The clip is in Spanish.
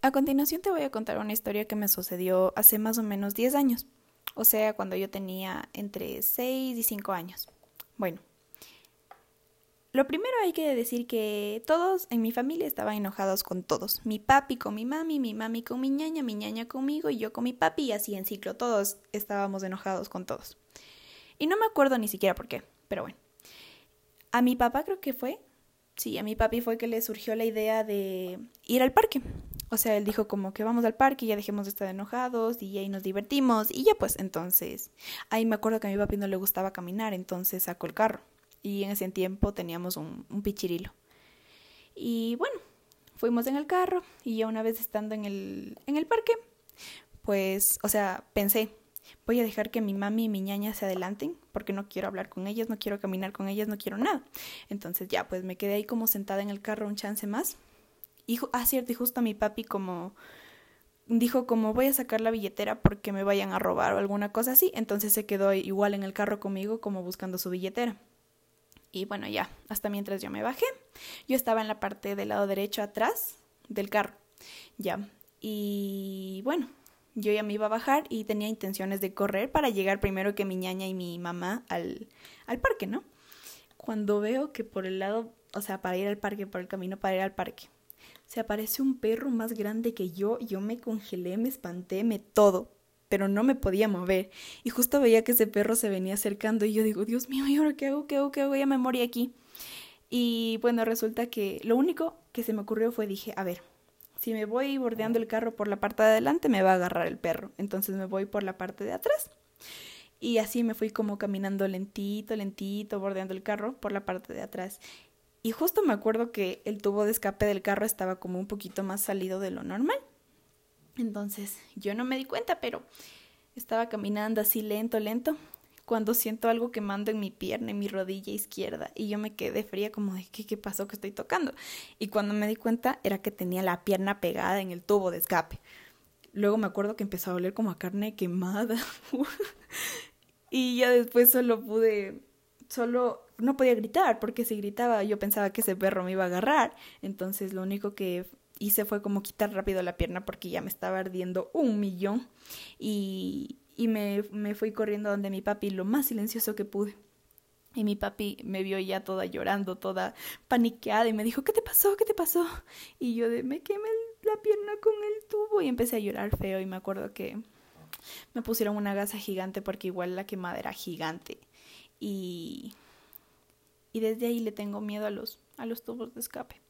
A continuación te voy a contar una historia que me sucedió hace más o menos 10 años, o sea, cuando yo tenía entre 6 y 5 años. Bueno, lo primero hay que decir que todos en mi familia estaban enojados con todos. Mi papi con mi mami con mi ñaña conmigo y yo con mi papi y así en ciclo. Todos estábamos enojados con todos. Y no me acuerdo ni siquiera por qué, pero bueno. A mi papá creo que fue, sí, a mi papi fue que le surgió la idea de ir al parque. O sea, él dijo como que vamos al parque, ya dejemos de estar enojados y ahí nos divertimos. Y ya pues, entonces, ahí me acuerdo que a mi papi no le gustaba caminar, entonces sacó el carro. Y en ese tiempo teníamos un pichirilo. Y bueno, fuimos en el carro y ya una vez estando en el parque, pues, o sea, pensé, voy a dejar que mi mami y mi ñaña se adelanten porque no quiero hablar con ellas, no quiero caminar con ellas, no quiero nada. Entonces ya, pues me quedé ahí como sentada en el carro un chance más. Y, cierto, y justo a mi papi como dijo como voy a sacar la billetera porque me vayan a robar o alguna cosa así. Entonces se quedó igual en el carro conmigo como buscando su billetera. Y bueno, ya, hasta mientras yo me bajé, yo estaba en la parte del lado derecho atrás del carro. Ya, y bueno, yo ya me iba a bajar y tenía intenciones de correr para llegar primero que mi ñaña y mi mamá al parque, ¿no? Cuando veo que por el lado, o sea, para ir al parque, por el camino para ir al parque, se aparece un perro más grande que yo me congelé, me espanté, me todo, pero no me podía mover. Y justo veía que ese perro se venía acercando y yo digo, Dios mío, ¿y ahora qué hago? ¿Qué hago? ¿Qué hago? Ya me morí aquí. Y bueno, resulta que lo único que se me ocurrió fue, dije, a ver, si me voy bordeando el carro por la parte de adelante, me va a agarrar el perro. Entonces me voy por la parte de atrás. Y así me fui como caminando lentito, lentito, bordeando el carro por la parte de atrás. Y justo me acuerdo que el tubo de escape del carro estaba como un poquito más salido de lo normal. Entonces yo no me di cuenta, pero estaba caminando así lento, lento, cuando siento algo quemando en mi pierna, en mi rodilla izquierda. Y yo me quedé fría como de ¿qué pasó que estoy tocando? Y cuando me di cuenta era que tenía la pierna pegada en el tubo de escape. Luego me acuerdo que empezó a oler como a carne quemada. Y ya después solo no podía gritar, porque si gritaba yo pensaba que ese perro me iba a agarrar. Entonces lo único que hice fue como quitar rápido la pierna porque ya me estaba ardiendo un millón. Y me fui corriendo donde mi papi lo más silencioso que pude. Y mi papi me vio ya toda llorando, toda paniqueada y me dijo, ¿qué te pasó? ¿Qué te pasó? Y yo me quemé la pierna con el tubo y empecé a llorar feo y me acuerdo que me pusieron una gasa gigante porque igual la quemada era gigante. Y, y desde ahí le tengo miedo a los tubos de escape.